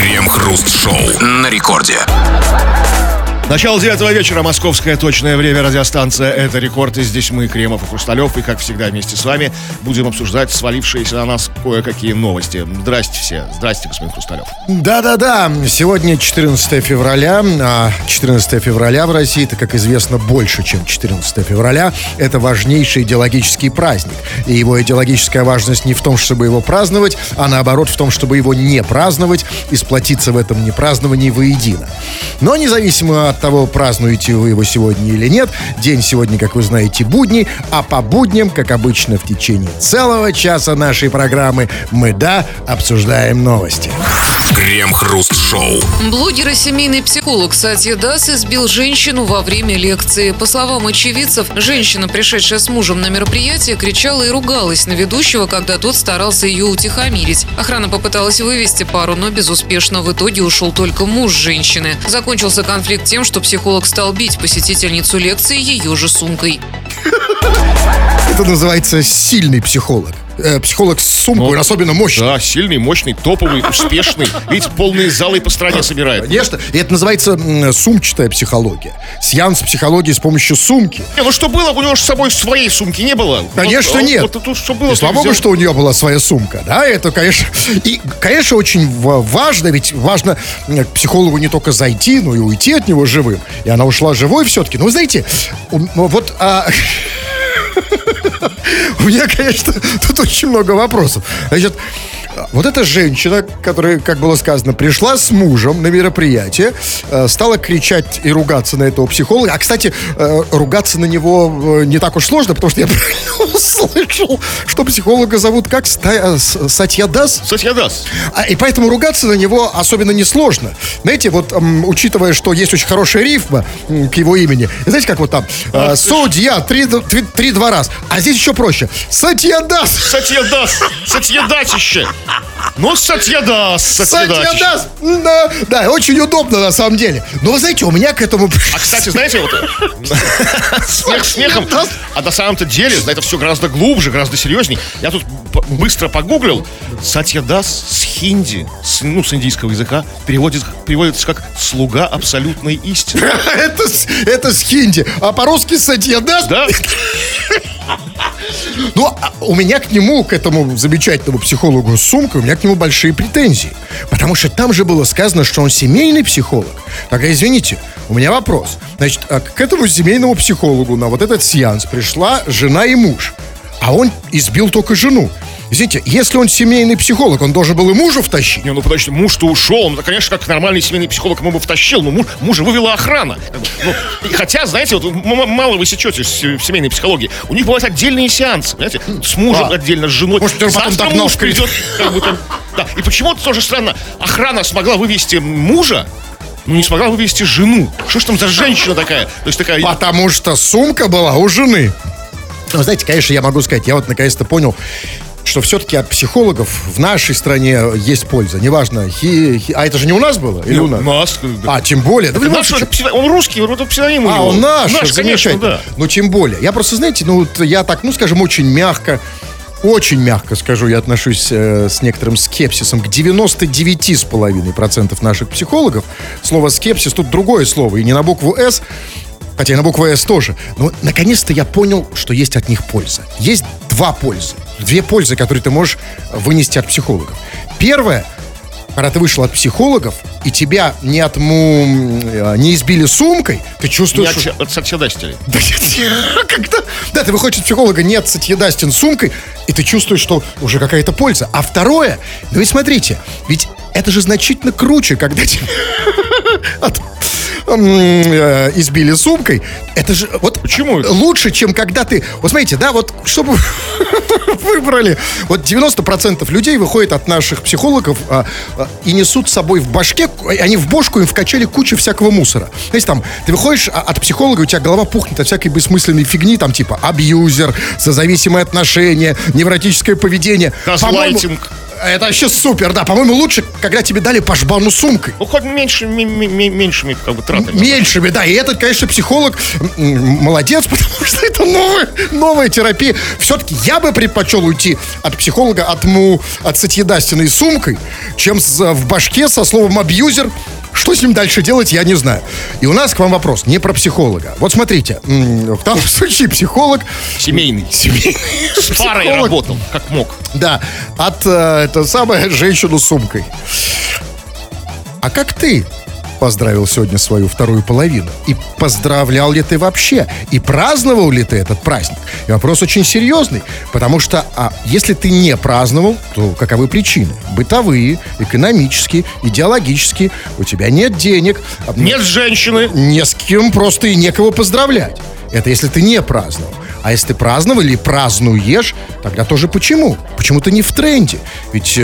Крем-хруст-шоу на рекорде. Начало 9 вечера, московское точное время, радиостанция «Это рекорд». И здесь мы, Кремов и Хрусталев, и, как всегда, вместе с вами будем обсуждать свалившиеся на нас кое-какие новости. Здрасте все. Здрасте, господин Хрусталев. Да-да-да, сегодня 14 февраля, а 14 февраля в России, это, как известно, больше, чем 14 февраля. Это важнейший идеологический праздник. И его идеологическая важность не в том, чтобы его праздновать, а наоборот в том, чтобы его не праздновать и сплотиться в этом непраздновании воедино. Но независимо от того, празднуете вы его сегодня или нет, день сегодня, как вы знаете, будний, а по будням, как обычно, в течение целого часа нашей программы мы, обсуждаем новости. Крем-хруст-шоу. Блогер и семейный психолог Сатья Дас избил женщину во время лекции. По словам очевидцев, женщина, пришедшая с мужем на мероприятие, кричала и ругалась на ведущего, когда тот старался ее утихомирить. Охрана попыталась вывести пару, но безуспешно. В итоге ушел только муж женщины. Закончился конфликт тем, что психолог стал бить посетительницу лекции ее же сумкой. Это называется сильный психолог. Психолог с сумкой, особенно мощный. Да, сильный, мощный, топовый, успешный. Видите, полные залы по стране собирает. Конечно. И это называется сумчатая психология. Сеанс психологии с помощью сумки. Ну что было? У него же с собой своей сумки не было. Конечно, нет. Вот тут что было? Слава богу, что у нее была своя сумка. Да, это, конечно. И, конечно, очень важно, ведь важно к психологу не только зайти, но и уйти от него живым. И она ушла живой все-таки. Но вы знаете, вот... У меня, конечно, тут очень много вопросов. Значит, вот эта женщина, которая, как было сказано, пришла с мужем на мероприятие, стала кричать и ругаться на этого психолога. А, кстати, ругаться на него не так уж сложно, потому что я услышал, что психолога зовут как? Сатья Дас? Сатья Дас. И поэтому ругаться на него особенно несложно. Знаете, вот учитывая, что есть очень хорошая рифма к его имени, знаете, как вот там судья, три два раз. А здесь еще проще. Сатья Дас. Сатья Дас. Сатья Дасище. Ну, Сатья Дас. Сатья Дас. Да, очень удобно на самом деле. Но вы знаете, у меня к этому... А, кстати, знаете, вот смех смехом, а на самом-то деле это все гораздо глубже, гораздо серьезней. Я тут быстро погуглил. Сатья Дас с хинди, с индийского языка, переводится как «слуга абсолютной истины». Это с хинди. А по-русски Сатья Дас? Да. Ну, у меня к нему, к этому замечательному психологу с сумкой, у меня к нему большие претензии. Потому что там же было сказано, что он семейный психолог. Тогда, извините, у меня вопрос. Значит, к этому семейному психологу на вот этот сеанс пришла жена и муж. А он избил только жену. Извините, если он семейный психолог, он должен был и мужа втащить. Не, подожди, муж-то ушел. Конечно, как нормальный семейный психолог ему бы втащил, но мужа вывела охрана. Хотя, знаете, вот мало вы сечете в семейной психологии. У них бывают отдельные сеансы, понимаете? С мужем отдельно, с женой. Может, завтра муж придет. Да. И почему-то тоже странно, охрана смогла вывести мужа, но не смогла вывести жену. Что ж там за женщина такая? То есть такая... Потому что сумка была у жены. Ну, знаете, конечно, я могу сказать, я вот наконец-то понял, что все-таки от психологов в нашей стране есть польза. Неважно, а это же не у нас было? Или у нас? У нас. А, тем более. Да, он русский, это псевдоним у него. Он наш, конечно, замечательно. Да. Ну, тем более. Я просто, знаете, я так, скажем, очень мягко скажу, я отношусь с некоторым скепсисом к 99,5% наших психологов. Слово «скепсис» тут другое слово, и не на букву «С», хотя и на букву «С» тоже. Но, наконец-то, я понял, что есть от них польза. Есть две пользы, которые ты можешь вынести от психологов. Первое, когда ты вышел от психологов, и тебя не избили сумкой, ты чувствуешь... От сатьядастили. Да, ты выходишь от психолога, нет, сатьядастин сумкой, и ты чувствуешь, что уже какая-то польза. А второе, ну ведь смотрите, ведь это же значительно круче, когда тебя избили сумкой. Это же вот почему? Лучше, чем когда ты... Вот смотрите, да, вот чтобы выбрали... Вот 90% людей выходят от наших психологов и несут с собой в башке, они в бошку им вкачали кучу всякого мусора. Знаете, там, ты выходишь от психолога, у тебя голова пухнет от всякой бессмысленной фигни, там типа абьюзер, созависимые отношения, невротическое поведение. Газлайтинг. Это вообще супер, да. По-моему, лучше, когда тебе дали по жбану сумкой. Ну, хоть меньшими как бы тратами. Меньшими, да. И этот, конечно, психолог молодец, потому что это новая терапия. Все-таки я бы предпочел уйти от психолога от Сатьедастиной сумкой, чем в башке со словом «абьюзер». Что с ним дальше делать, я не знаю. И у нас к вам вопрос не про психолога. Вот смотрите, в данном случае психолог... Семейный. С парой работал, как мог. Да, от женщину с сумкой. А как ты поздравил сегодня свою вторую половину? И поздравлял ли ты вообще? И праздновал ли ты этот праздник? И вопрос очень серьезный, потому что если ты не праздновал, то каковы причины? Бытовые, экономические, идеологические. У тебя нет денег. Нет женщины. Не с кем просто и некого поздравлять. Это если ты не праздновал. А если ты праздновал или празднуешь, тогда тоже почему? Почему ты не в тренде? Ведь,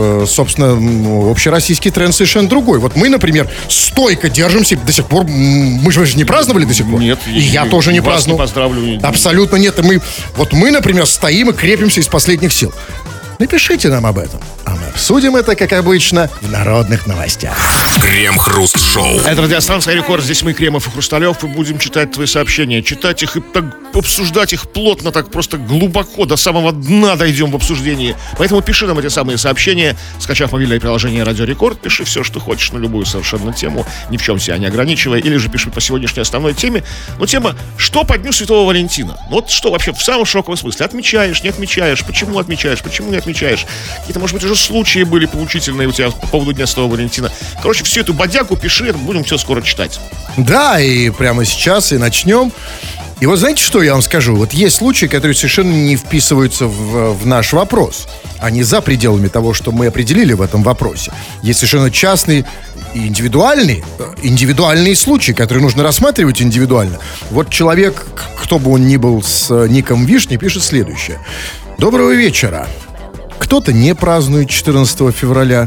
собственно, общероссийский тренд совершенно другой. Вот мы, например, стойко держимся до сих пор. Мы же не праздновали до сих пор. Нет. И я тоже не праздновал. Не поздравлю. Абсолютно нет. И мы, например, стоим и крепимся из последних сил. Напишите нам об этом. А мы обсудим это, как обычно, в народных новостях. Крем-хруст-шоу. Это радиостанция «Рекорд». Здесь мы, Кремов и Хрусталев, и будем читать твои сообщения. Читать их и так обсуждать их плотно, так просто глубоко, до самого дна дойдем в обсуждении. Поэтому пиши нам эти самые сообщения, скачав мобильное приложение «Радио Рекорд». Пиши все, что хочешь, на любую совершенно тему, ни в чем себя не ограничивая. Или же пиши по сегодняшней основной теме. Но тема «Что по Дню Святого Валентина?» Вот что вообще в самом шоковом смысле. Отмечаешь, не отмечаешь? Почему отмечаешь? Почему не отмечаешь? Какие-то, может быть, уже случаи были поучительные у тебя по поводу Дня Святого Валентина. Короче, всю эту бодягу пиши, будем все скоро читать. Да, и прямо сейчас и начнем. И вот знаете, что я вам скажу? Вот есть случаи, которые совершенно не вписываются в наш вопрос. Они за пределами того, что мы определили в этом вопросе. Есть совершенно частные и индивидуальные случаи, которые нужно рассматривать индивидуально. Вот человек, кто бы он ни был, с ником Вишни, пишет следующее. Доброго вечера. Кто-то не празднует 14 февраля,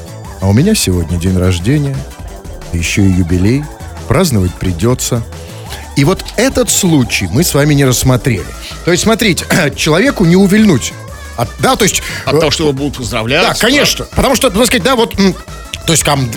а у меня сегодня день рождения, еще и юбилей. Праздновать придется. И вот этот случай мы с вами не рассмотрели. То есть, смотрите, человеку не увильнуть. От того, что его будут поздравлять. Да, конечно. Потому что, так сказать, да, вот... То есть там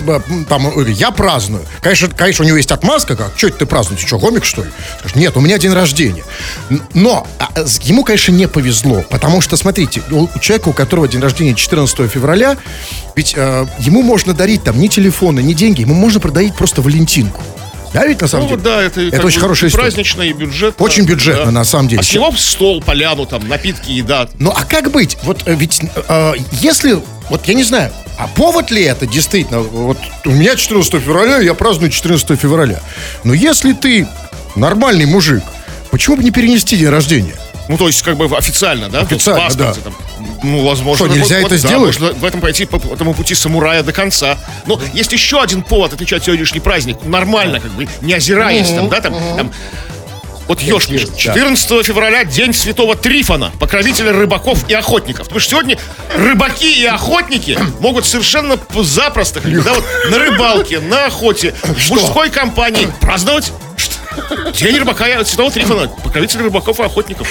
я праздную. Конечно, у него есть отмазка, как, что это ты празднуешь, что, гомик, что ли? Скажешь, нет, у меня день рождения. Но ему, конечно, не повезло, потому что, смотрите, у человека, у которого день рождения 14 февраля, ведь ему можно дарить там ни телефоны, ни деньги, ему можно подарить просто Валентинку. Да, ведь на самом деле? Да, это очень хорошая история. Празднично и бюджетно. Очень бюджетно, да. На самом деле. А с него стол, поляну, там, напитки, еда. Ну, а как быть? Вот ведь, если, вот я не знаю, а повод ли это действительно? Вот у меня 14 февраля, я праздную 14 февраля. Но если ты нормальный мужик, почему бы не перенести день рождения? Ну, то есть, как бы официально, да? Официально, да. Там, ну, возможно. Что, нельзя это сделать? Можно в этом пойти по этому пути самурая до конца. Но есть еще один повод отмечать сегодняшний праздник. Нормально, как бы, не озираясь там, да, там. Вот Ёж пишет, 14 февраля день Святого Трифона, покровителя рыбаков и охотников. Потому что сегодня рыбаки и охотники могут совершенно запросто, да, вот, на рыбалке, на охоте, в мужской компании праздновать день рыбака и Святого Трифона, покровителя рыбаков и охотников.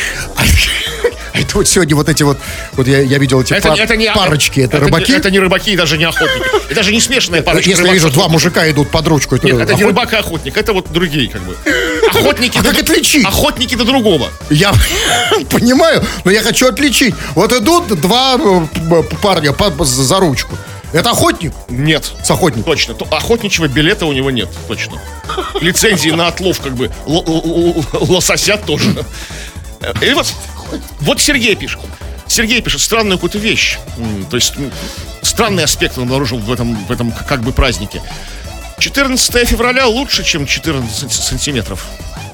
Это вот сегодня вот эти вот я видел эти парочки, это рыбаки? Это не рыбаки и даже не охотники. Это даже не смешанная парочка. Если я вижу, два мужика идут под ручку. Нет, это не рыбак и охотник, это вот другие как бы. Охотники. Как отличить? Охотники до другого. Я понимаю, но я хочу отличить. Вот идут два парня за ручку. Это охотник? Нет. С охотником? Точно. Охотничьего билета у него нет, точно. Лицензии на отлов как бы лосося тоже. И вот Сергей пишет. Сергей пишет странную какую-то вещь. То есть странный аспект он обнаружил в этом как бы празднике. 14 февраля лучше, чем 14 сантиметров.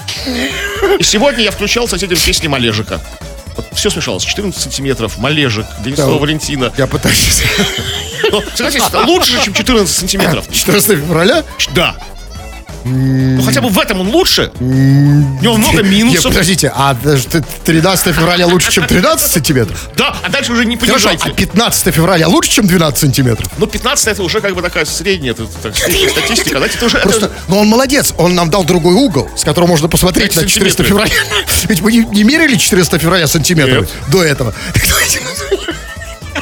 И сегодня я включал соседям песни Малежика. Вот все смешалось. 14 сантиметров, Малежик, День Святого Валентина. Я пытаюсь. Но, согласитесь, это лучше, чем 14 сантиметров. 14 февраля? Да. Ну, хотя бы в этом он лучше. У него много минусов. Подождите, а 13 февраля лучше, чем 13 сантиметров? Да, а дальше уже не понижайте. А 15 февраля лучше, чем 12 сантиметров? Ну, 15 это уже как бы такая средняя статистика. Знаете, это уже... Просто, но он молодец, он нам дал другой угол, с которого можно посмотреть на 14 февраля. Ведь мы не мерили 14 февраля сантиметров до этого.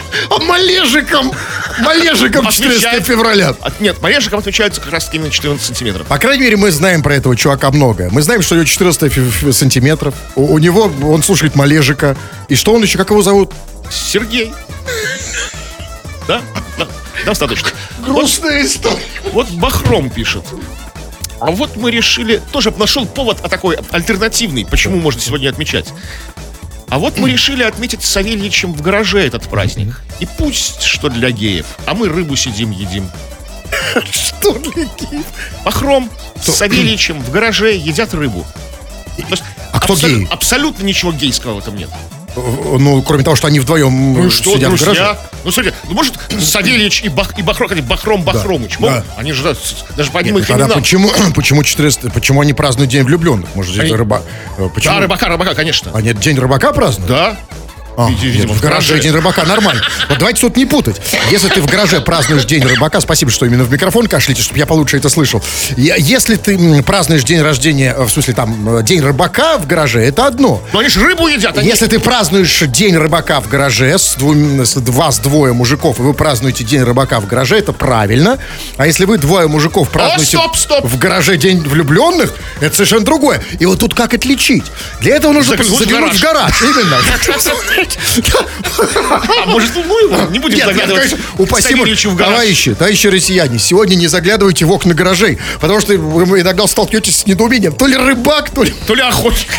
А малежиком 14 февраля. Нет, малежиком отмечаются как раз именно 14 сантиметров. По крайней мере, мы знаем про этого чувака многое. Мы знаем, что у него 14 сантиметров. У него, он слушает малежика. И что он еще, как его зовут? Сергей. Да? Достаточно. Грустная история. Вот Бахром пишет. А вот мы решили, тоже нашел повод такой альтернативный, почему можно сегодня отмечать. А вот мы решили отметить с Савельичем в гараже этот праздник. И пусть что для геев, а мы рыбу сидим едим. Что для геев? Бахром с Савельичем в гараже едят рыбу. А кто гей? Абсолютно ничего гейского в этом нет. Ну, кроме того, что они вдвоем сидят в гараже. Ну, смотрите, может, Савельич и Бахром Бахромыч. Да. Они же даже по одним их Тогда именам. почему они празднуют День влюбленных? Может, это рыба? Да, рыбака, конечно. Они День рыбака празднуют? Да. Видимо, в гараже День рыбака, нормально. Вот давайте тут не путать. Если ты в гараже празднуешь День рыбака, спасибо, что именно в микрофон кашляете, чтобы я получше это слышал. Если ты празднуешь день рождения, в смысле там День рыбака в гараже, это одно. Но они же рыбу едят. Если ты празднуешь День рыбака в гараже с двое мужиков, и вы празднуете День рыбака в гараже, это правильно. А если вы двое мужиков празднуете стоп. в гараже День влюбленных, это совершенно другое. И вот тут как отличить? Для этого нужно заглянуть в гараж. Именно. А может, ну его? Не будем заглядывать упаси Савельичу в гараж. Товарищи россияне, сегодня не заглядывайте в окна гаражей, потому что вы иногда столкнетесь с недоумением. То ли рыбак, то ли охотник.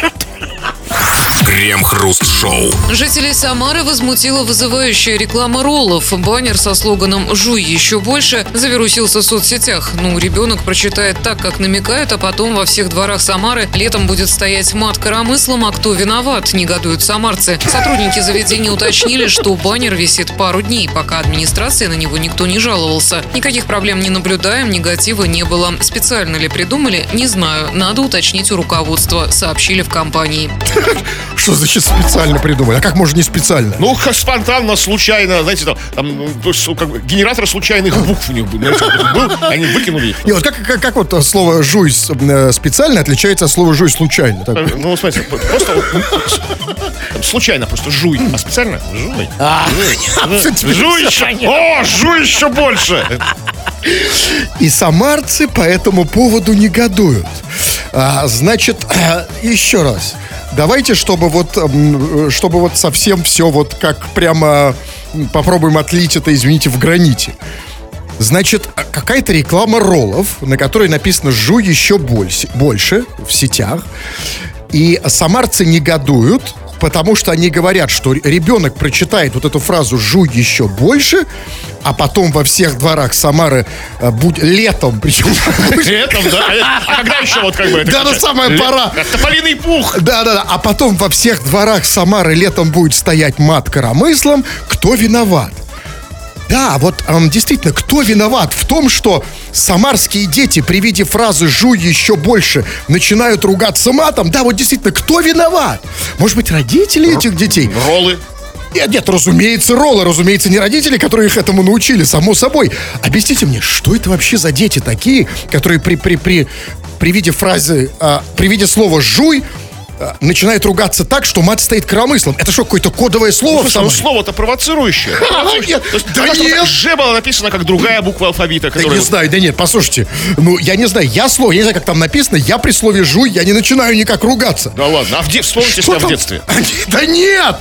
Крем-хруст-шоу. Жителей Самары возмутила вызывающая реклама роллов. Баннер со слоганом «Жуй еще больше» завирусился в соцсетях. Ребенок прочитает так, как намекают, а потом во всех дворах Самары летом будет стоять мат коромыслом, а кто виноват, негодуют самарцы. Сотрудники заведения уточнили, что баннер висит пару дней, пока администрации на него никто не жаловался. Никаких проблем не наблюдаем, негатива не было. Специально ли придумали, не знаю. Надо уточнить у руководства, сообщили в компании. Что значит специально придумали? А как можно не специально? Ну, спонтанно, случайно, знаете, там генератор случайных букв у них был, они выкинули их. Не, вот как вот слово «жуй» специально отличается от слова «жуй» случайно? Ну, смотрите, просто случайно просто «жуй», а специально «жуй». Жуй еще больше! И самарцы по этому поводу негодуют. Значит, еще раз. Давайте, чтобы вот совсем все вот как прямо попробуем отлить это, извините, в граните. Значит, какая-то реклама роллов, на которой написано «жуй еще больше» в сетях. И самарцы негодуют, потому что они говорят, что ребенок прочитает вот эту фразу «жуй еще больше», а потом во всех дворах Самары будет летом, причем... Летом, да? А когда еще вот как бы... Да, самая пора. Тополиный пух. Да. А потом во всех дворах Самары летом будет стоять мат коромыслом. Кто виноват? Да, вот действительно, кто виноват в том, что самарские дети при виде фразы «жуй еще больше» начинают ругаться матом? Да, вот действительно, кто виноват? Может быть, родители этих детей? Роллы. Нет, разумеется, роллы, разумеется, не родители, которые их этому научили, само собой. Объясните мне, что это вообще за дети такие, которые при виде фразы, при виде слова «жуй» начинает ругаться так, что мат стоит коромыслом. Это что, какое-то кодовое слово? Ну, слово-то провоцирующее. Да нет. «Ж» было написано как другая буква алфавита. Да не знаю, да нет, послушайте. Я не знаю, я не знаю, как там написано, я при слове «жуй», я не начинаю никак ругаться. Да ладно, вспомните себя в детстве. Да нет!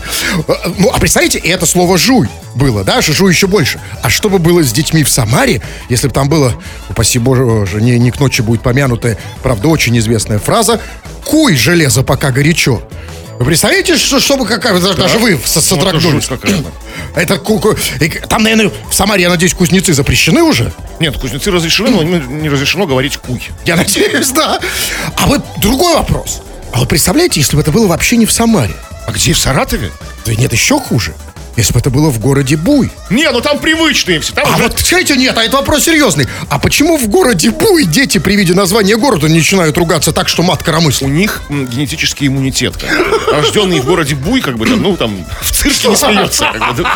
А представьте, это слово «жуй» было, да, «жуй еще больше». А что бы было с детьми в Самаре, если бы там было, упаси боже, не к ночи будет помянутая, правда, очень известная фраза «куй железо, пока горячо». Вы представляете, чтобы даже вы содрогнулись? Это там, наверное, в Самаре, я надеюсь, кузнецы запрещены уже? Нет, кузнецы разрешены, но не разрешено говорить «куй». Я надеюсь, да. А вот другой вопрос. А вы представляете, если бы это было вообще не в Самаре? А где, в Саратове? Да нет, еще хуже. Если бы это было в городе Буй. Не, ну там привычные все. Там вот, кстати, нет, это вопрос серьезный. А почему в городе Буй дети при виде названия города начинают ругаться так, что мат коромыслом? У них генетический иммунитет. Рожденный в городе Буй, в цирке не смеется.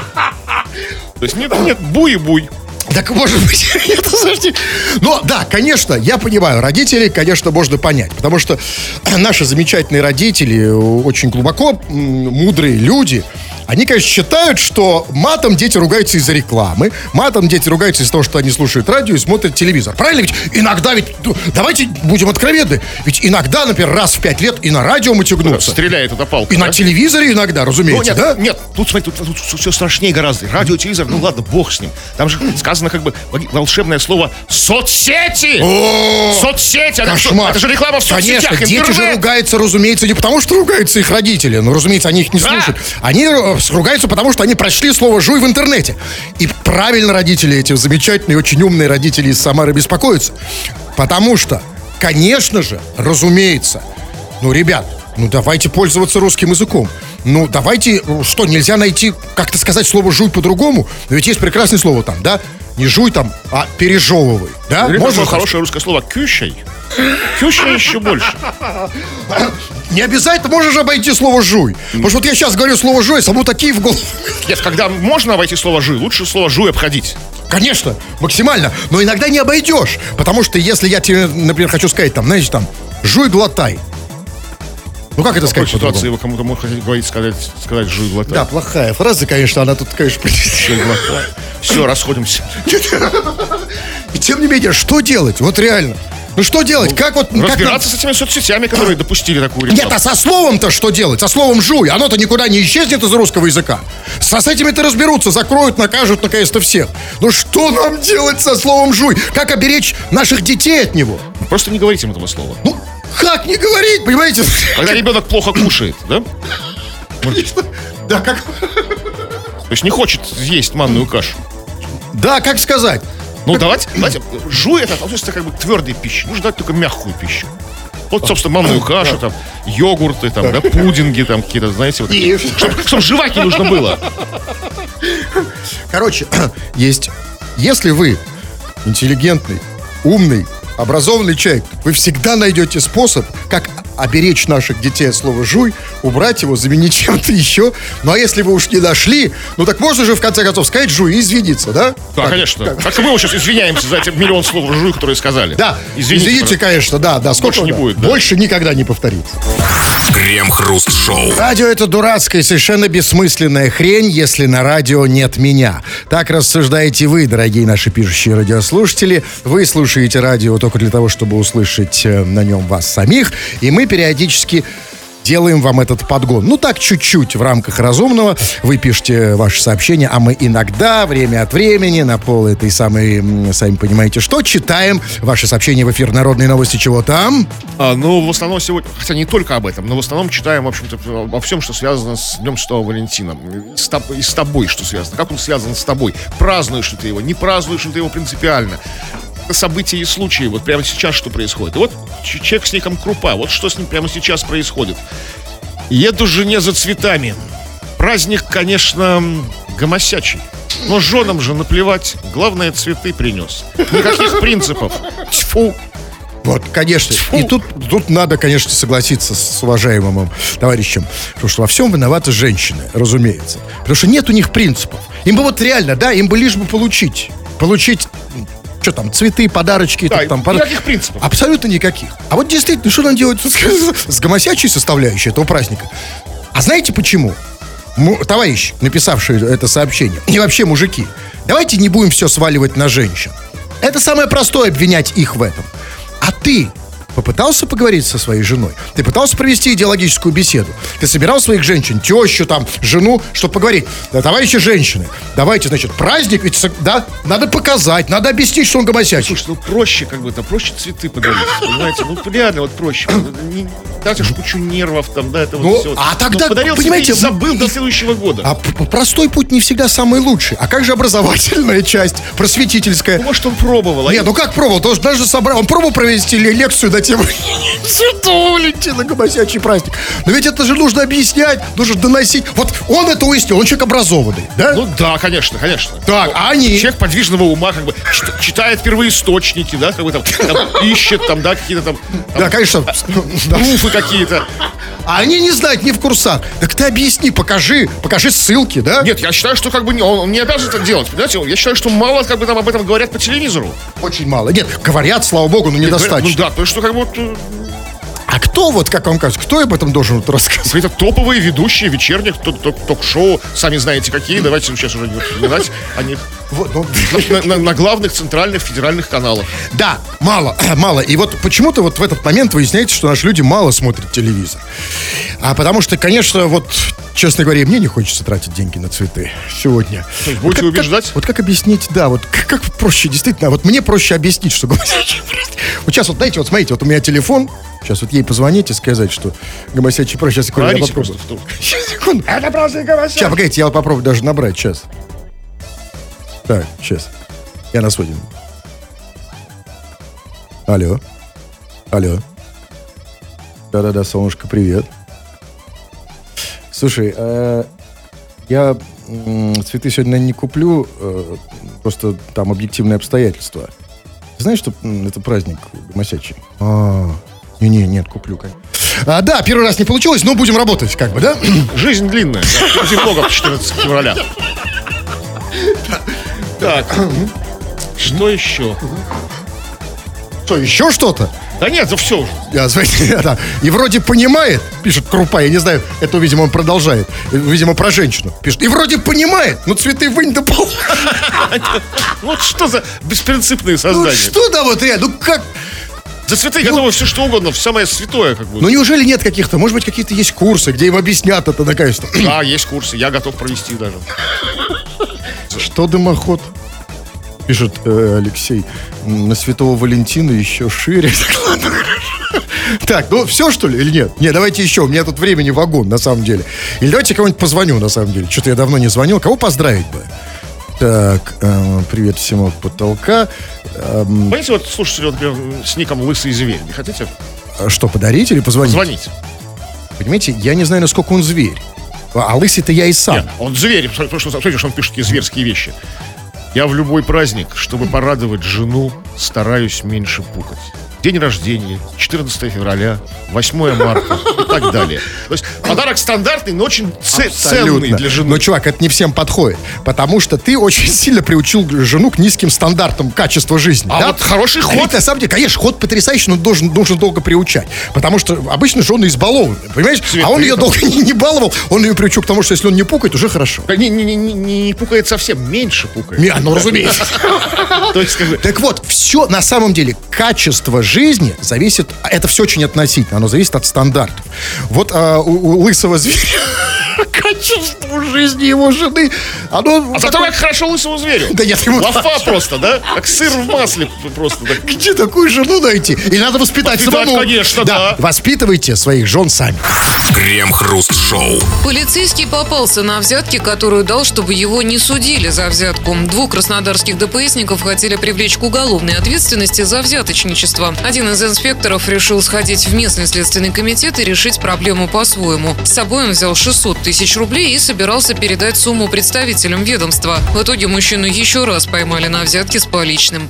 То есть нет, Буй и Буй. Так, может быть, это, слушайте... Но, да, конечно, я понимаю, родителей, конечно, можно понять. Потому что наши замечательные родители, очень глубоко мудрые люди, Они, конечно, считают, что матом дети ругаются из-за рекламы, матом дети ругаются из-за того, что они слушают радио и смотрят телевизор. Правильно? Ведь иногда, давайте будем откровенны, ведь иногда, например, раз в 5 лет и на радио матюгнутся. Стреляет эта палка. И на телевизоре иногда, разумеется, нет, да? Нет, тут, смотри, тут все страшнее гораздо. Радио, телевизор, ну ладно, бог с ним. Там же сказано как бы волшебное слово «соцсети». Соцсети. Кошмар. Это же реклама в соцсетях. Конечно, дети же ругаются, разумеется, не потому, что ругаются их родители. Ну, разумеется, они их не слушают. Они ругаются, потому что они прочли слово «жуй» в интернете. И правильно родители, эти замечательные, очень умные родители из Самары беспокоятся. Потому что, конечно же, разумеется, ну, ребят, ну, давайте пользоваться русским языком. Ну, давайте, что, нельзя найти, как-то сказать слово «жуй» по-другому? Но ведь есть прекрасное слово там, да? Не «жуй» там, а «пережевывай». Да? Можно хорошее русское слово «кющай». Кющай еще больше. Не обязательно можешь обойти слово «жуй». Потому что вот я сейчас говорю слово «жуй», само такие в голову. Нет, когда можно обойти слово «жуй», лучше слово «жуй» обходить. Конечно, максимально. Но иногда не обойдешь. Потому что если я тебе, например, хочу сказать, там, знаете, там, «жуй, глотай». Ну, как это сказать? В какой ситуации вы кому-то можете говорить, сказать «жуй, глотай»? Да, плохая фраза, конечно, она тут, конечно, Все, расходимся. И тем не менее, что делать? Вот реально. Ну что делать? Как вот... Разбираться с этими соцсетями, которые допустили такую рекламу. Нет, а со словом-то что делать? Со словом «жуй». Оно-то никуда не исчезнет из русского языка. С этими-то разберутся, закроют, накажут наконец-то всех. Ну что нам делать со словом «жуй»? Как оберечь наших детей от него? Просто не говорите им этого слова. Ну, как не говорить, понимаете? Когда ребенок плохо кушает, да? Да, как... То есть не хочет есть манную кашу. Да, как сказать? Ну, давайте, жуй это относится как бы к твердой пище. Нужно дать только мягкую пищу. Вот, собственно, манную кашу, там, йогурты, там, да, пудинги, там, какие-то, знаете, вот, чтобы жевать не нужно было. Короче, если вы интеллигентный, умный, образованный человек, вы всегда найдете способ, как оберечь наших детей от слова «жуй», убрать его, заменить чем-то еще. Ну, а если вы уж не нашли, ну, так можно же, в конце концов, сказать «жуй» и извиниться, да? Да, конечно. Как мы сейчас извиняемся за эти миллион слов «жуй», которые сказали. Да, извините, конечно, да. Больше не будет. Больше никогда не повторится. Крем-хруст-шоу. Радио — это дурацкая, совершенно бессмысленная хрень, если на радио нет меня. Так рассуждаете вы, дорогие наши пишущие радиослушатели. Вы слушаете радио только для того, чтобы услышать на нем вас самих. И мы периодически делаем вам этот подгон. Ну, так, чуть-чуть в рамках разумного. Вы пишете ваши сообщения, а мы иногда, время от времени, на пол этой самой, сами понимаете что, читаем ваши сообщения в эфир «Народные новости». Чего там? Ну, в основном сегодня, хотя не только об этом, но в основном читаем, в общем-то, обо всем, что связано с Днем Святого Валентина. И с тобой, что связано. Как он связан с тобой? Празднуешь ли ты его? Не празднуешь ли ты его принципиально? События и случаи, вот прямо сейчас что происходит. И вот человек с ником Крупа, вот что с ним прямо сейчас происходит. Еду жене за цветами. Праздник, конечно, гомосячий. Но женам же наплевать. Главное, цветы принес. Никаких принципов. Тьфу. Вот, конечно. Тьфу. И тут надо, конечно, согласиться с уважаемым товарищем, потому что во всем виноваты женщины, разумеется. Потому что нет у них принципов. Им бы вот реально, да, им бы лишь бы получить, что там, цветы, подарочки. Да, там, никаких принципов. Абсолютно никаких. А вот действительно, что нам делать с гомосячей составляющей этого праздника? А знаете почему? Товарищ, написавший это сообщение, и вообще мужики, давайте не будем все сваливать на женщин. Это самое простое, обвинять их в этом. А ты попытался поговорить со своей женой? Ты пытался провести идеологическую беседу? Ты собирал своих женщин, тещу, там, жену, чтобы поговорить? Да, товарищи женщины, давайте, значит, праздник, ведь, да, надо показать, надо объяснить, что он гомосячий. Слушай, ну проще, как бы, там, проще цветы подарить, понимаете? Ну, реально, вот проще. Дайте ж кучу нервов, там, да, это вот все. А тогда, подарил понимаете, цветы и забыл до следующего года. А простой путь не всегда самый лучший. А как же образовательная часть, просветительская? Ну, может, он пробовал. Нет, ну как пробовал? Он даже собрал, он пробовал провести лекцию на тему Святого Валентина, гомосячий праздник. Но ведь это же нужно объяснять, нужно доносить. Вот он это уяснил, он человек образованный, да? Ну да, конечно, конечно. Так, а они... Человек подвижного ума, как бы, читает первоисточники, да, как бы там ищет, там, да, какие-то там... Да, конечно. Пруфы какие-то. А они не знают, не в курсах. Так ты объясни, покажи ссылки, да? Нет, я считаю, что как бы он не обязан это делать, понимаете? Я считаю, что мало как бы там об этом говорят по телевизору. Очень мало. Нет, говорят, слава богу, но недостаточно. Ну да, потому что как бы вот... А кто, вот как вам кажется, кто об этом должен вот рассказывать? Это топовые ведущие вечерних ток-шоу, сами знаете какие, давайте сейчас уже не вспоминать о них. Вот, ну, На главных центральных федеральных каналах. да, мало. И вот почему-то вот в этот момент выясняется, что наши люди мало смотрят телевизор. А потому что, конечно, вот, честно говоря, мне не хочется тратить деньги на цветы сегодня. То есть будете убеждать? Вот как объяснить, да, вот как проще, действительно, вот мне проще объяснить, что гомосячий праздник. Вот сейчас вот, знаете, вот смотрите, вот у меня телефон, сейчас вот ей позвонить и сказать, что гомосячий праздник, сейчас, секунду, я Говорите попробую. просто в трубку. Сейчас, секунду. Это праздник гомосячий. Сейчас, погодите, я попробую даже набрать, сейчас. Так, сейчас. Я на сводине. Алло. Да-да-да, солнышко, привет. Слушай, я цветы сегодня не куплю, просто там объективные обстоятельства. Ты знаешь, что это праздник гомосячий? Нет, куплю, конечно. Да, первый раз не получилось, но будем работать, как бы, да? Жизнь длинная. Очень много в 14 февраля. Так, что еще? Что, еще что-то? Да нет, ну все уже. Смотрите, да. И вроде понимает, пишет Крупа, я не знаю, это, видимо, он продолжает. Видимо, про женщину пишет. И вроде понимает, но цветы вынь да пол. Вот что за беспринципные Ну создания. что да вот, реально, ну как... За цветы готовы все что угодно, самое святое как бы. Ну неужели нет каких-то, может быть, какие-то есть курсы, где им объяснят это наконец-то? Да, есть курсы, я готов провести даже. Что дымоход? Пишет Алексей. На Святого Валентина еще шире. Так, ну все что ли или нет? Не, давайте еще, у меня тут времени вагон на самом деле. Или давайте кого-нибудь позвоню на самом деле. Что-то я давно не звонил. Кого поздравить бы? Так, привет всем от потолка. Понимаете, вот слушайте, вот, например, с ником Лысый Зверь, не хотите? Что, подарить или позвонить? Звонить. Понимаете, я не знаю, насколько он зверь. А лысый-то я и сам. Нет, он зверь, смотрите, что он пишет такие зверские вещи. Я в любой праздник, чтобы порадовать жену, стараюсь меньше пукать. День рождения, 14 февраля, 8 марта и так далее. То есть подарок стандартный, но очень ценный для жены. Но, чувак, это не всем подходит. Потому что ты очень сильно приучил жену к низким стандартам качества жизни. А да? вот хороший ход. Ведь, на самом деле, конечно, ход потрясающий, но нужно долго приучать. Потому что обычно жены избалованы, понимаешь? Свет, а он ее это... долго не баловал, он ее приучил к тому, что если он не пукает, уже хорошо. Не пукает совсем, меньше пукает. Ну, разумеется. То есть, как бы... Так вот, все на самом деле, качество жизни зависит, это все очень относительно, оно зависит от стандартов. Вот у лысого зверя качество жизни его жены, оно... А зато как хорошо лысому зверю. Да нет, ему... Лафа просто, да? Как сыр в масле просто. Так. Где такую жену найти? Или надо воспитать самому? Конечно, да. Воспитывайте своих жен сами. Крем-хруст-шоу. Полицейский попался на взятке, которую дал, чтобы его не судили за взятку. 2 краснодарских ДПСников хотели привлечь к уголовной ответственности за взяточничество. Один из инспекторов решил сходить в местный следственный комитет и решить проблему по-своему. С собой он взял 600 тысяч рублей и собирался передать сумму представителям ведомства. В итоге мужчину еще раз поймали на взятке с поличным.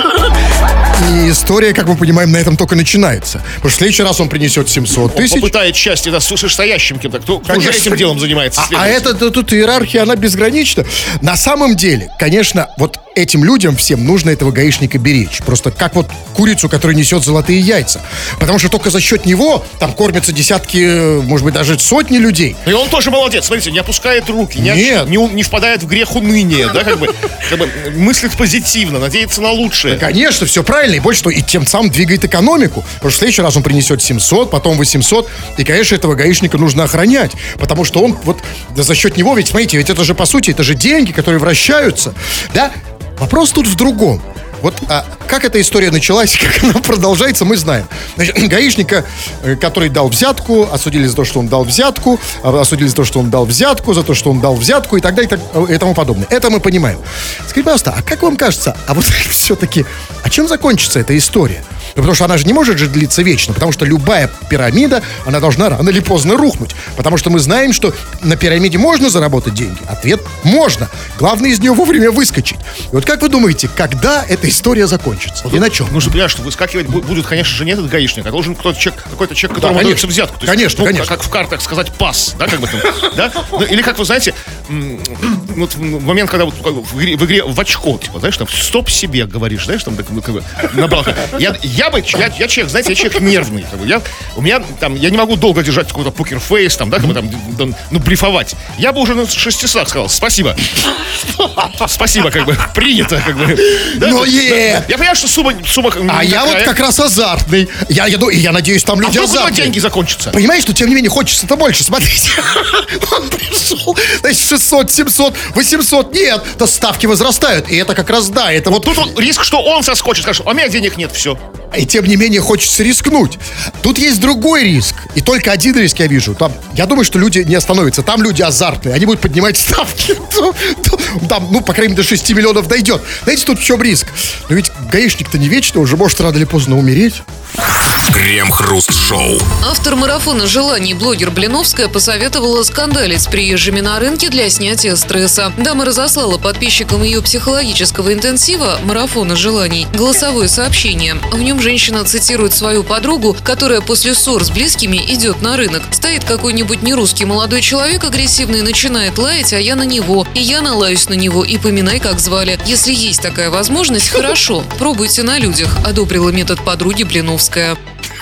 И история, как мы понимаем, на этом только начинается. Потому что в следующий раз он принесет 700 тысяч. Он попытает счастье, да, с вышестоящим кем-то. Кто уже этим делом занимается? А это тут иерархия, она безгранична. На самом деле, конечно, вот этим людям всем нужно этого гаишника беречь. Просто как вот курицу, которая несет золотые яйца. Потому что только за счет него там кормятся десятки, может быть, даже сотни людей. И он тоже молодец, смотрите, не опускает руки, не впадает в грех уныния, да, как бы мыслит позитивно, надеется на лучшее. Да, конечно, все правильно, и больше того, и тем самым двигает экономику. Потому что в следующий раз он принесет 700, потом 800, и, конечно, этого гаишника нужно охранять. Потому что он вот за счет него, ведь, смотрите, ведь это же, по сути, это же деньги, которые вращаются, да? Вопрос тут в другом. Вот как эта история началась, как она продолжается, мы знаем. Значит, гаишника, который дал взятку, осудили за то, что он дал взятку, осудили за то, что он дал взятку, за то, что он дал взятку и так далее, и тому подобное. Это мы понимаем. Скажите, пожалуйста, а как вам кажется, а вот все-таки, а чем закончится эта история? Ну, потому что она же не может же длиться вечно, потому что любая пирамида, она должна рано или поздно рухнуть. Потому что мы знаем, что на пирамиде можно заработать деньги. Ответ – можно. Главное из нее вовремя выскочить. И вот как вы думаете, когда эта история закончится? И на чем? Нужно понимать, что выскакивать будет, конечно же, не этот гаишник, а должен какой-то человек, которому дается взятку. То есть, конечно. Как в картах сказать пас, да, как бы там, да? Ну, или как вы знаете, вот в момент, когда вот в игре в очко, типа, знаешь, там, стоп себе говоришь, знаешь, там, как бы, набрал. Я человек, знаете, я человек нервный. Как бы, я не могу долго держать какой-то покерфейс, там, да, как бы, там, ну, блефовать. Я бы уже на 600 сказал, спасибо. Спасибо, как бы, принято, как бы. Да? Ну, Я понимаю, что сумма а я вот как раз азартный. Я надеюсь, там люди азартные. Деньги закончатся. Понимаешь, что тем не менее хочется-то больше. Смотрите, он пришел, значит, 600, 700, 800. Нет, то ставки возрастают. И это как раз, да, это вот... Тут вот риск, что он соскочит, скажет, а у меня денег нет, все. И тем не менее хочется рискнуть. Тут есть другой риск. И только один риск я вижу. Там, я думаю, что люди не остановятся. Там люди азартные. Они будут поднимать ставки. Там, ну, по крайней мере, до 6 миллионов дойдет. Знаете, тут в чем риск? Но ведь гаишник-то не вечный, он же может рано или поздно умереть. Крем-хруст-шоу. Автор марафона желаний блогер Блиновская посоветовала скандалить с приезжими на рынке для снятия стресса. Дама разослала подписчикам ее психологического интенсива марафона желаний голосовое сообщение. В нем женщина цитирует свою подругу, которая после ссор с близкими идет на рынок. Стоит какой-нибудь нерусский молодой человек агрессивный, начинает лаять, а я на него. И я налаюсь на него, и поминай, как звали. Если есть такая возможность, хорошо, пробуйте на людях, одобрила метод подруги Блиновская.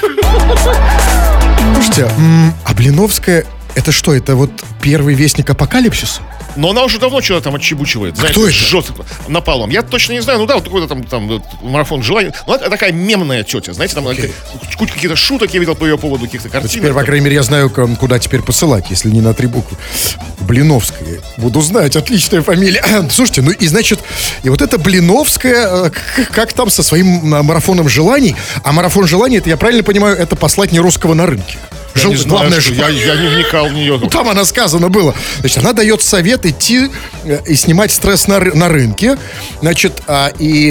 Слушайте, а Блиновская, это что, это вот первый вестник апокалипсиса? Но она уже давно что-то там отчебучивает. Кто это? Жжет напалом. Я точно не знаю. Ну да, вот какой-то там вот, марафон желаний. Ну, это такая мемная тетя. Знаете, там куча каких-то шуток я видел по ее поводу, каких-то картин. Теперь, по крайней мере, я знаю, куда теперь посылать, если не на 3 буквы. Блиновская. Буду знать, отличная фамилия. Слушайте, ну и значит, и вот эта Блиновская, как там со своим марафоном желаний. А марафон желаний, это, я правильно понимаю, это послать нерусского на рынке. Я не знаю, я не вникал в нее. Ну, там она сказано было. Значит, она дает совет идти и снимать стресс на рынке. Значит, и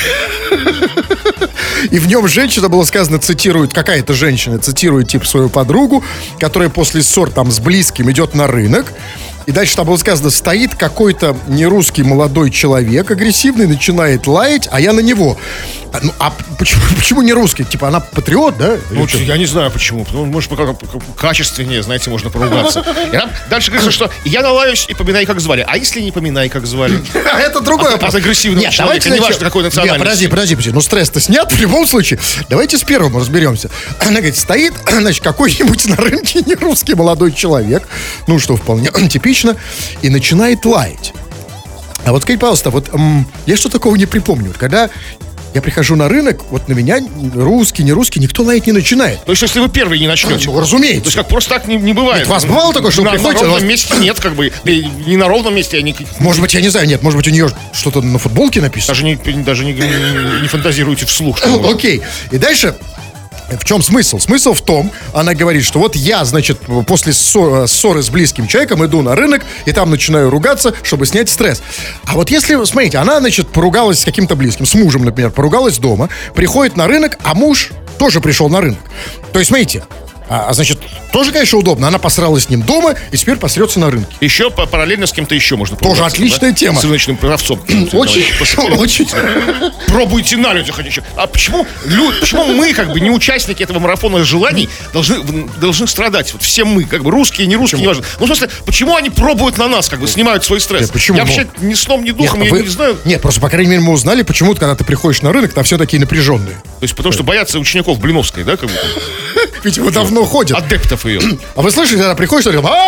в нем женщина, было сказано, цитирует, какая-то женщина цитирует, типа, свою подругу, которая после ссор там с близким идет на рынок. И дальше там было сказано, стоит какой-то нерусский молодой человек агрессивный, начинает лаять, а я на него. А почему не русский? Типа она патриот, да? Ну, я не знаю почему. Ну, может, качественнее, знаете, можно поругаться. И там дальше говорится, что я налаюсь и поминай, как звали. А если не поминай, как звали? Это другое. От агрессивного человека, неважно, какой национальности. Подожди. Ну, стресс-то снят в любом случае. Давайте с первым разберемся. Она говорит, стоит, значит, какой-нибудь на рынке нерусский молодой человек, ну, что вполне типично, и начинает лаять. А вот скажите, пожалуйста, вот я что такого не припомню. Когда я прихожу на рынок, вот на меня русский, не русский, никто лаять не начинает. То есть, если вы первый не начнете? Ну, разумеется. То есть, как просто так не бывает. У вас бывало такое, что вы приходите? На ровном месте нет, как бы. Не на ровном месте, а не... Может быть, я не знаю, нет, может быть, у нее что-то на футболке написано? Даже не фантазируйте вслух. Окей. И дальше... В чем смысл? Смысл в том, она говорит, что вот я, значит, после ссоры с близким человеком иду на рынок и там начинаю ругаться, чтобы снять стресс. А вот если, смотрите, она, значит, поругалась с каким-то близким, с мужем, например, поругалась дома, приходит на рынок, а муж тоже пришел на рынок. То есть, смотрите, значит, тоже, конечно, удобно. Она посралась с ним дома и теперь посрется на рынке. Еще параллельно с кем-то еще можно тоже отличная тема. С рыночным продавцом. Очень. Пробуйте на людях еще. А почему мы, как бы, не участники этого марафона желаний, должны страдать? Вот все мы, как бы, русские, не русские, неважно. Ну, в смысле, почему они пробуют на нас, как бы, снимают свой стресс? Почему? Я вообще ни сном, ни духом, я не знаю. Нет, просто, по крайней мере, мы узнали, почему, когда ты приходишь на рынок, там все такие напряженные. То есть, потому что боятся учеников Блиновской, да, как бы? Видимо, давно ходят. Адептов ее. А вы слышите, когда приходишь,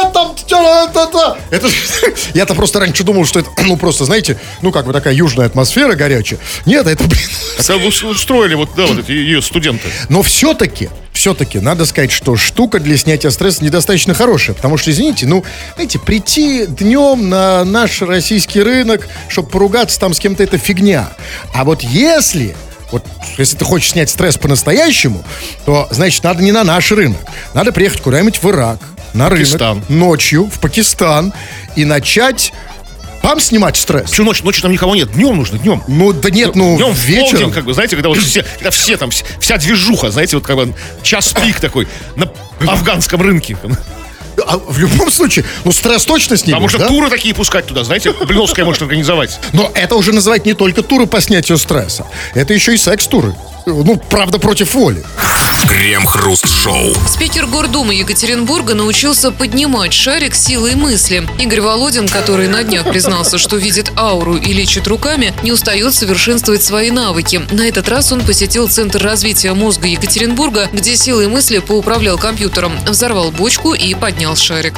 это я-то просто раньше думал, что это, ну, просто, знаете, ну, как бы такая южная атмосфера горячая. Нет, это, блин. Это устроили вот эти ее студенты. Но все-таки, надо сказать, что штука для снятия стресса недостаточно хорошая. Потому что, извините, ну, знаете, прийти днем на наш российский рынок, чтобы поругаться там с кем-то, это фигня. А вот если ты хочешь снять стресс по-настоящему, то, значит, надо не на наш рынок. Надо приехать куда-нибудь в Ирак, на рынок, ночью, в Пакистан, и начать там снимать стресс. Почему ночью? Ночью там никого нет. Днем нужно, днем. Ну, да нет, днем вечером. Полдень, как бы, знаете, когда вот все там, вся движуха, знаете, вот как бы час пик такой на афганском рынке. А в любом случае, ну, стресс точно снимет, а можно туры такие пускать туда, знаете, Блиновская может организовать. Но это уже называть не только туры по снятию стресса. Это еще и секс-туры. Ну, правда, против воли. Крем-хруст-шоу. Спикер Гордумы Екатеринбурга научился поднимать шарик силой мысли. Игорь Володин, который на днях признался, что видит ауру и лечит руками, не устает совершенствовать свои навыки. На этот раз он посетил Центр развития мозга Екатеринбурга, где силой мысли поуправлял компьютером, взорвал бочку и поднял шарик.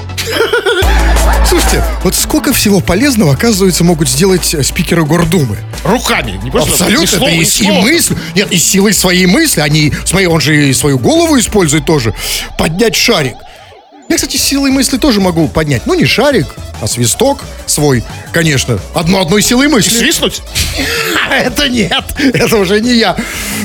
Слушайте, вот сколько всего полезного, оказывается, могут сделать спикеры Гордумы. Руками. Не просто Абсолютно, ни слова, это ни и слова. мысль. Нет, и силой своей мысли. Он же и свою голову использует тоже. Поднять шарик. Я, кстати, силой мысли тоже могу поднять. Ну, не шарик, а свисток свой, конечно. Одной силой И мысли. свистнуть? Это нет, это уже не я.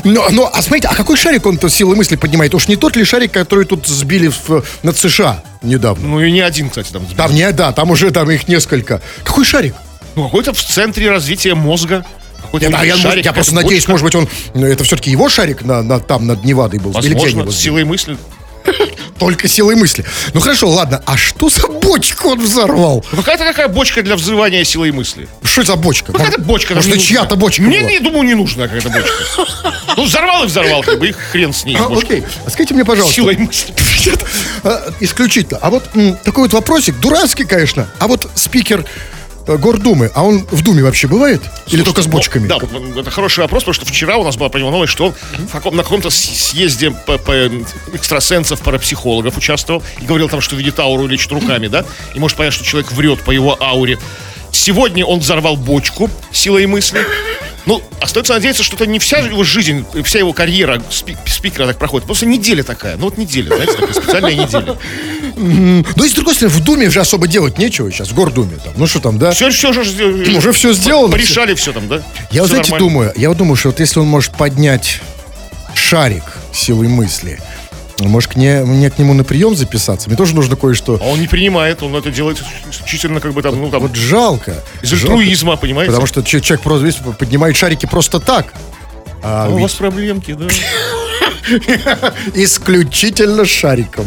А смотрите, а какой шарик он-то силой мысли поднимает? Уж не тот ли шарик, который тут сбили над США недавно? Ну и не один, кстати, там. Там не, да, там уже их несколько. Какой шарик? Ну, какой-то в центре развития мозга. Какой-то Нет, шарик, я просто какая-то надеюсь, бочка. может быть, это все-таки его шарик там над Невадой был. Или где Возможно, они с силой мысли. Только силой мысли. Ну хорошо, ладно, а что за бочку он взорвал? Ну, какая-то такая бочка для взрывания силой мысли. Что за бочка? Какая-то бочка. Может, нам это не чья-то нужна. бочка Мне, была? не думаю, не нужна какая-то бочка. Ну, взорвал и взорвал, как бы, и хрен с ней. с бочкой. Окей, а скажите мне, пожалуйста. Силой мысли. Исключительно. А вот такой вот вопросик, дурацкий, конечно. А вот спикер Гордумы, а он в Думе вообще бывает? Или только с бочками? Да, это хороший вопрос, потому что вчера у нас была про него новость, что он на каком-то съезде по экстрасенсов, парапсихологов участвовал и говорил там, что видит ауру и лечит руками, да? И может понять, что человек врет по его ауре. Сегодня он взорвал бочку силой мысли. Ну, остается надеяться, что это не вся его жизнь, вся его карьера спикера так проходит. Просто неделя такая. Ну, вот неделя, знаете, такая специальная неделя. Ну и с другой стороны, в Думе же особо делать нечего сейчас, в Гордуме там. Ну что там, да? Все же Уже все сделано. Порешали все там, да? Я вот, Всё знаете, нормально. думаю, что вот если он может поднять шарик силой мысли, может, мне к нему на прием записаться? Мне тоже нужно кое-что. А он не принимает, он это делает исключительно как бы там, ну там, Вот жалко. из альтруизма, понимаете? Потому что человек просто видите, поднимает шарики просто так. А у вас проблемки, да? Исключительно шариком.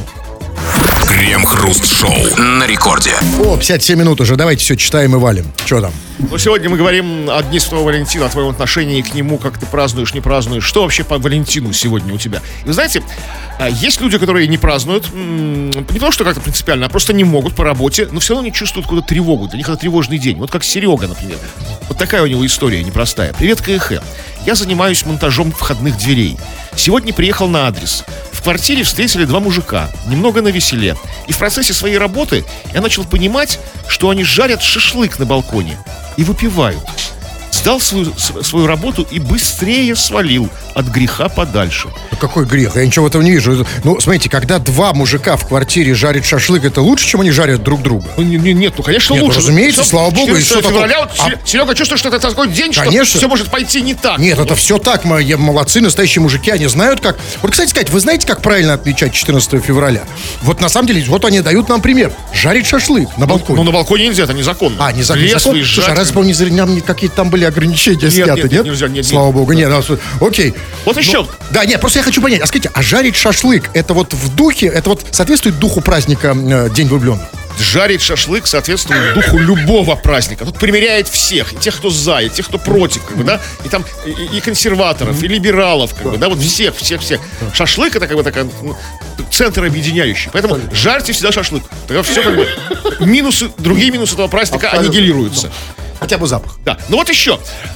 Крем-хруст-шоу на рекорде. 57 минут уже, давайте все читаем и валим. Что там? Ну, сегодня мы говорим о Дне Святого Валентина, о твоем отношении к нему, как ты празднуешь, не празднуешь. Что вообще по Валентину сегодня у тебя? И вы знаете, есть люди, которые не празднуют, не то, что как-то принципиально, а просто не могут по работе, но все равно они чувствуют какую-то тревогу. Для них это тревожный день. Вот как Серега, например. Вот такая у него история непростая. Привет, КХ. Я занимаюсь монтажом входных дверей. Сегодня приехал на адрес. В квартире встретили два мужика, немного навеселе. И в процессе своей работы я начал понимать, что они жарят шашлык на балконе и выпивают. Сдал свою работу и быстрее свалил от греха подальше. Ну, какой грех? Я ничего в этом не вижу. Ну, смотрите, когда два мужика в квартире жарят шашлык, это лучше, чем они жарят друг друга? Ну, нет, ну, конечно, Нет, лучше. разумеется, слава богу, и 14 что февраля, такое? вот Серега чувствует, что это такой день, Конечно. что все может пойти не так. Нет, это все так, молодцы, настоящие мужики, они знают как. Вот, кстати сказать, вы знаете, как правильно отмечать 14 февраля? Вот на самом деле, вот они дают нам пример. Жарить шашлык на балконе. Ну, на балконе нельзя, это незаконно. А, не В закон. лес выезжать. Слушай, а разве какие-то там были ограничения сняты, нет, нельзя, нет, Слава богу, нет. Окей. Вот еще. Да, нет, просто я хочу понять. А скажите, а жарить шашлык, это вот в духе, это вот соответствует духу праздника День влюбленных? Жарить шашлык соответствует духу любого праздника. Тут примеряет всех. И тех, кто за, и тех, кто против, как бы, да? И там и консерваторов, и либералов, как бы, да? Вот всех. Шашлык это как бы такая центр объединяющий. Поэтому жарьте всегда шашлык. Тогда все как бы другие минусы этого праздника аннигилируются. Хотя бы запах. Да, ну вот еще.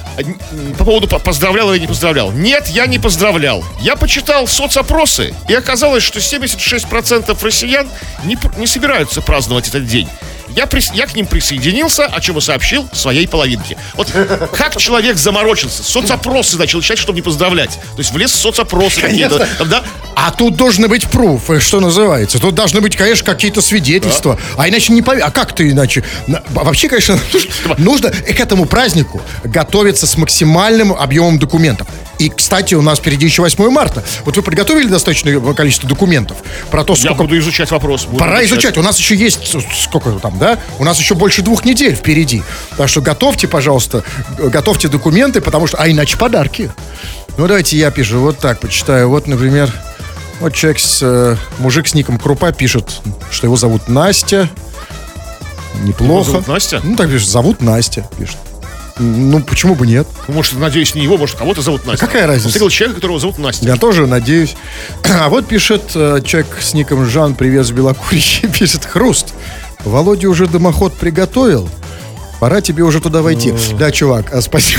По поводу поздравлял или не поздравлял. Нет, я не поздравлял. Я почитал соцопросы, и оказалось, что 76% россиян не собираются праздновать этот день. Я к ним присоединился, о чем и сообщил своей половинке. Вот как человек заморочился, соцопросы начал читать, чтобы не поздравлять. То есть влез в соцопросы какие-то. Да? А тут должны быть пруфы, что называется. Тут должны быть, конечно, какие-то свидетельства. Да. А иначе не А как ты иначе? Вообще, конечно, нужно к этому празднику готовиться с максимальным объемом документов. И, кстати, у нас впереди еще 8 марта. Вот вы подготовили достаточное количество документов про то, сколько... Я буду изучать вопрос. Пора изучать. У нас еще есть, сколько там, да? У нас еще больше 2 недель впереди. Так что готовьте, пожалуйста, готовьте документы, потому что... А иначе подарки. Ну, давайте я пишу. Вот так, почитаю. Вот, например, вот человек, мужик с ником Крупа пишет, что его зовут Настя. Неплохо. Его зовут Настя? Ну, так пишет, зовут Настя, пишет. Ну, почему бы нет? Может, надеюсь, не его, может, кого-то зовут Настя. Какая разница? Встретил человека, которого зовут Настя. Я тоже надеюсь. А вот пишет человек с ником Жан, привет с Белокурье, пишет: Хруст, Володя уже дымоход приготовил? Пора тебе уже туда войти. Да, чувак, спасибо.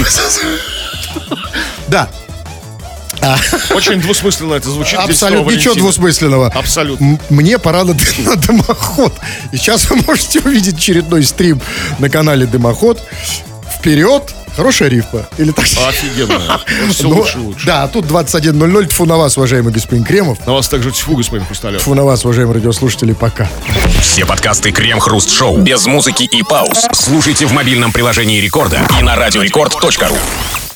Да. Очень двусмысленно это звучит. Абсолютно, ничего двусмысленного. Абсолютно. Мне пора на дымоход. И сейчас вы можете увидеть очередной стрим на канале Дымоход. Вперед! Хорошая рифма. Или так? Офигенно. Все Ну, лучше и лучше. Да, тут 21:00. Тьфу на вас, уважаемый господин Кремов. На вас также тьфу, господин Хрусталев. Тьфу на вас, уважаемые радиослушатели. Пока. Все подкасты Крем-Хруст-Шоу без музыки и пауз слушайте в мобильном приложении Рекорда и на радиорекорд.ру.